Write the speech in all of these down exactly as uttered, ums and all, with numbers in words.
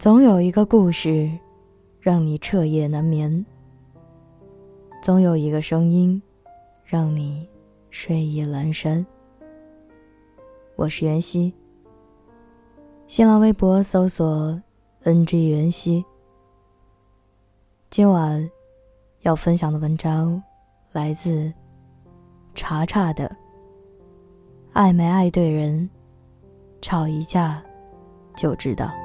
总有一个故事让你彻夜难眠，总有一个声音让你睡意阑珊。我是袁熙，新浪微博搜索 N G 袁熙。今晚要分享的文章来自查查的爱没爱对人，吵一架就知道。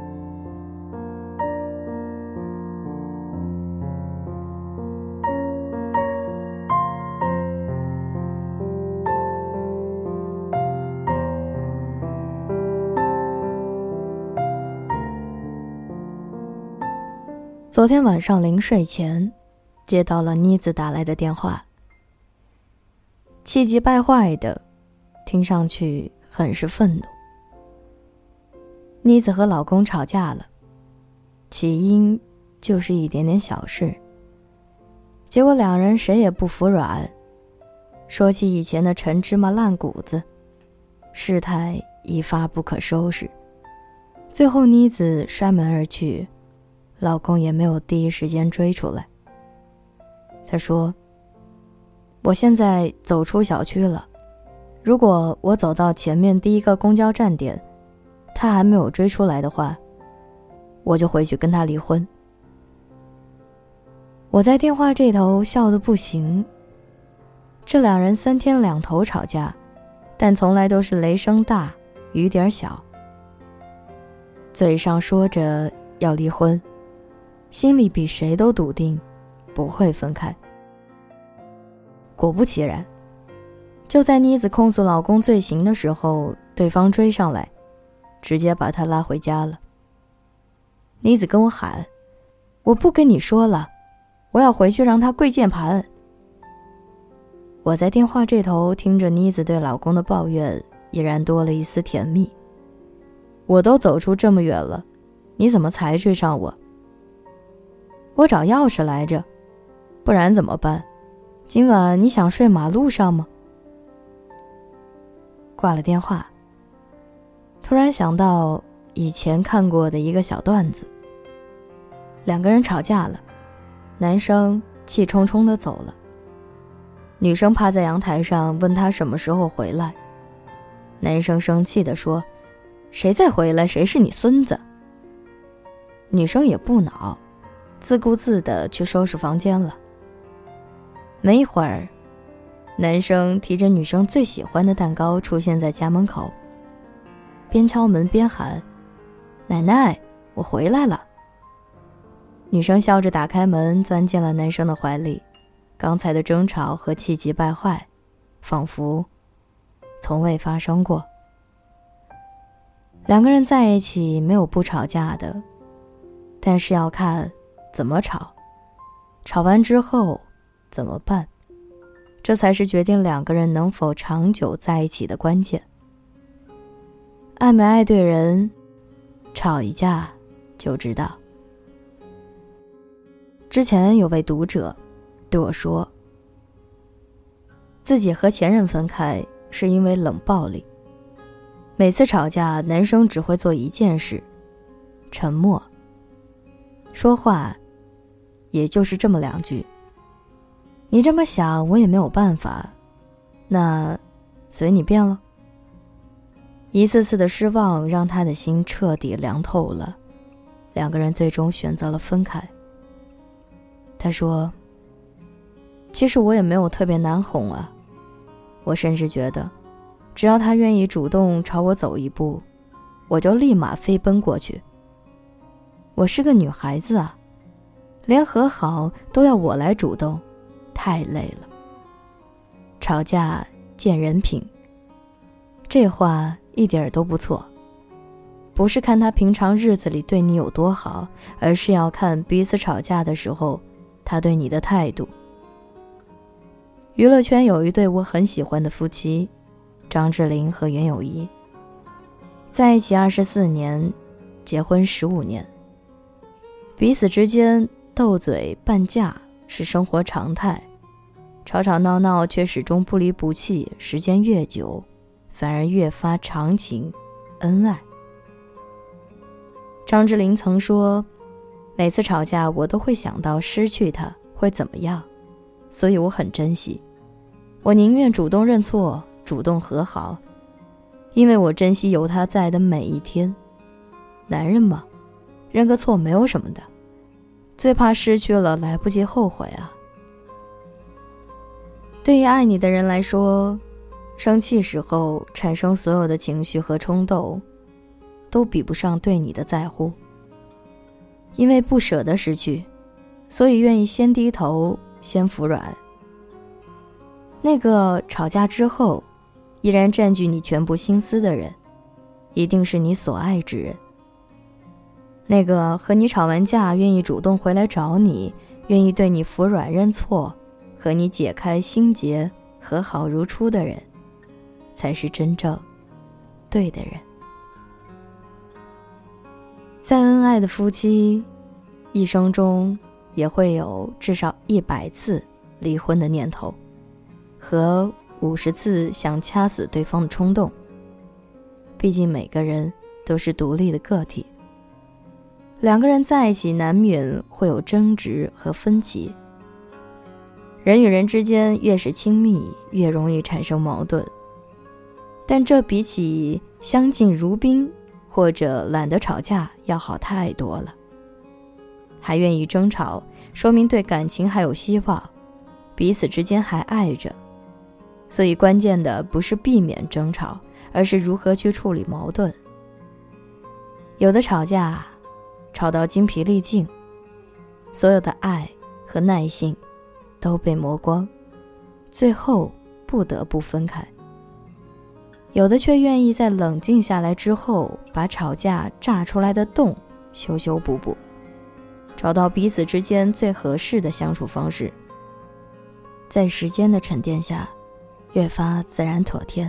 昨天晚上临睡前接到了妮子打来的电话，气急败坏的，听上去很是愤怒。妮子和老公吵架了，起因就是一点点小事，结果两人谁也不服软，说起以前的陈芝麻烂谷子，事态一发不可收拾。最后妮子摔门而去，老公也没有第一时间追出来。他说，我现在走出小区了，如果我走到前面第一个公交站点，他还没有追出来的话，我就回去跟他离婚。我在电话这头笑得不行，这两人三天两头吵架，但从来都是雷声大雨点小，嘴上说着要离婚，心里比谁都笃定不会分开。果不其然，就在妮子控诉老公罪行的时候，对方追上来，直接把她拉回家了。妮子跟我喊，我不跟你说了，我要回去让他跪键盘。我在电话这头听着妮子对老公的抱怨，依然多了一丝甜蜜。我都走出这么远了，你怎么才追上我？我找钥匙来着，不然怎么办？今晚你想睡马路上吗？挂了电话，突然想到以前看过的一个小段子。两个人吵架了，男生气冲冲地走了，女生趴在阳台上问他什么时候回来。男生生气地说，谁再回来谁是你孙子。女生也不恼，自顾自地去收拾房间了。没一会儿，男生提着女生最喜欢的蛋糕出现在家门口，边敲门边喊，奶奶，我回来了。女生笑着打开门，钻进了男生的怀里，刚才的争吵和气急败坏仿佛从未发生过。两个人在一起没有不吵架的，但是要看怎么吵，吵完之后怎么办，这才是决定两个人能否长久在一起的关键。爱没爱对人，吵一架就知道。之前有位读者对我说，自己和前任分开是因为冷暴力，每次吵架男生只会做一件事，沉默，说话也就是这么两句，你这么想我也没有办法，那随你便了。一次次的失望让他的心彻底凉透了，两个人最终选择了分开。他说，其实我也没有特别难哄啊，我甚至觉得只要他愿意主动朝我走一步，我就立马飞奔过去。我是个女孩子啊，连和好都要我来主动，太累了。吵架见人品，这话一点都不错，不是看他平常日子里对你有多好，而是要看彼此吵架的时候他对你的态度。娱乐圈有一对我很喜欢的夫妻，张智霖和袁咏仪，在一起二十四年，结婚十五年，彼此之间斗嘴拌架是生活常态，吵吵闹闹却始终不离不弃，时间越久反而越发长情恩爱。 张智霖曾说，每次吵架我都会想到失去他会怎么样，所以我很珍惜，我宁愿主动认错，主动和好，因为我珍惜有他在的每一天。男人嘛，认个错没有什么的，最怕失去了来不及后悔啊。对于爱你的人来说，生气时候产生所有的情绪和冲动，都比不上对你的在乎。因为不舍得失去，所以愿意先低头，先服软。那个吵架之后依然占据你全部心思的人，一定是你所爱之人。那个和你吵完架愿意主动回来找你，愿意对你服软认错，和你解开心结，和好如初的人，才是真正对的人。再恩爱的夫妻，一生中也会有至少一百次离婚的念头，和五十次想掐死对方的冲动。毕竟每个人都是独立的个体，两个人在一起难免会有争执和分歧。人与人之间越是亲密，越容易产生矛盾，但这比起相敬如宾或者懒得吵架要好太多了。还愿意争吵，说明对感情还有希望，彼此之间还爱着。所以关键的不是避免争吵，而是如何去处理矛盾。有的吵架吵到精疲力尽，所有的爱和耐性都被磨光，最后不得不分开。有的却愿意在冷静下来之后，把吵架炸出来的洞修修补补，找到彼此之间最合适的相处方式，在时间的沉淀下越发自然妥帖。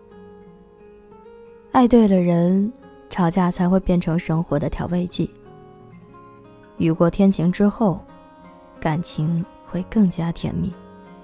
爱对了人，吵架才会变成生活的调味剂。雨过天晴之后，感情会更加甜蜜。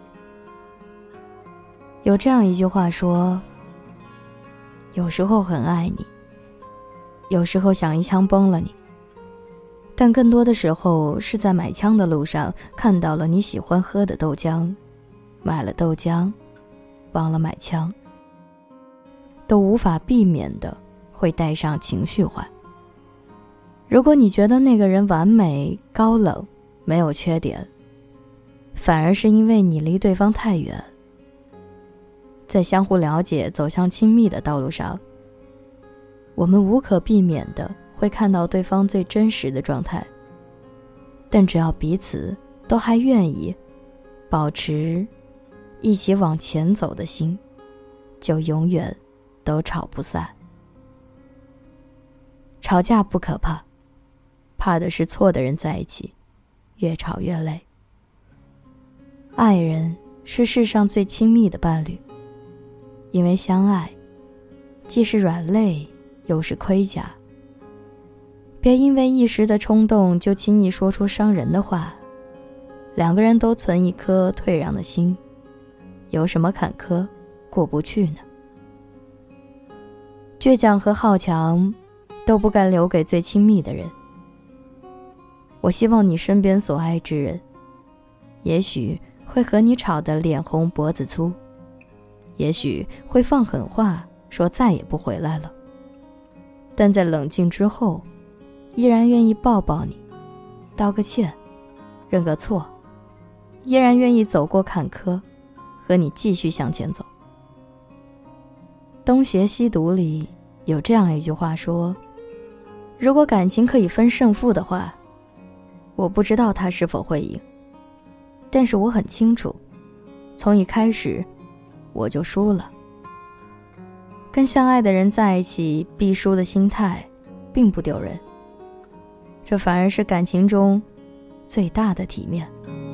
有这样一句话说，有时候很爱你，有时候想一枪崩了你，但更多的时候是在买枪的路上看到了你喜欢喝的豆浆，买了豆浆，忘了买枪，都无法避免的会带上情绪化。如果你觉得那个人完美、高冷、没有缺点，反而是因为你离对方太远。在相互了解、走向亲密的道路上，我们无可避免的会看到对方最真实的状态，但只要彼此都还愿意保持一起往前走的心，就永远都吵不散。吵架不可怕，怕的是错的人在一起，越吵越累。爱人是世上最亲密的伴侣，因为相爱既是软肋又是盔甲。别因为一时的冲动就轻易说出伤人的话，两个人都存一颗退让的心，有什么坎坷过不去呢？倔强和好强都不该留给最亲密的人。我希望你身边所爱之人，也许会和你吵得脸红脖子粗，也许会放狠话说再也不回来了，但在冷静之后，依然愿意抱抱你，道个歉，认个错，依然愿意走过坎坷，和你继续向前走。东邪西毒里有这样一句话说，如果感情可以分胜负的话，我不知道他是否会赢，但是我很清楚，从一开始我就输了。跟相爱的人在一起，必输的心态并不丢人，这反而是感情中最大的体面。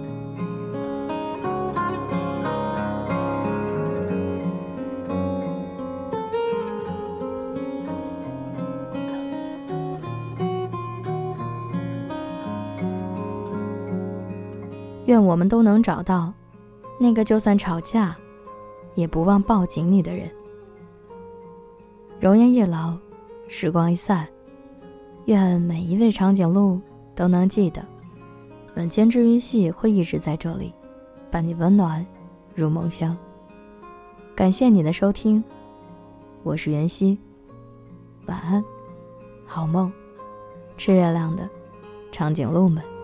愿我们都能找到那个就算吵架也不忘抱紧你的人。容颜一老，时光一散， 愿每一位长颈鹿都能记得，晚间治愈系会一直在这里，伴你温暖入梦乡。感谢你的收听，我是袁熙，晚安，好梦，吃月亮的长颈鹿们。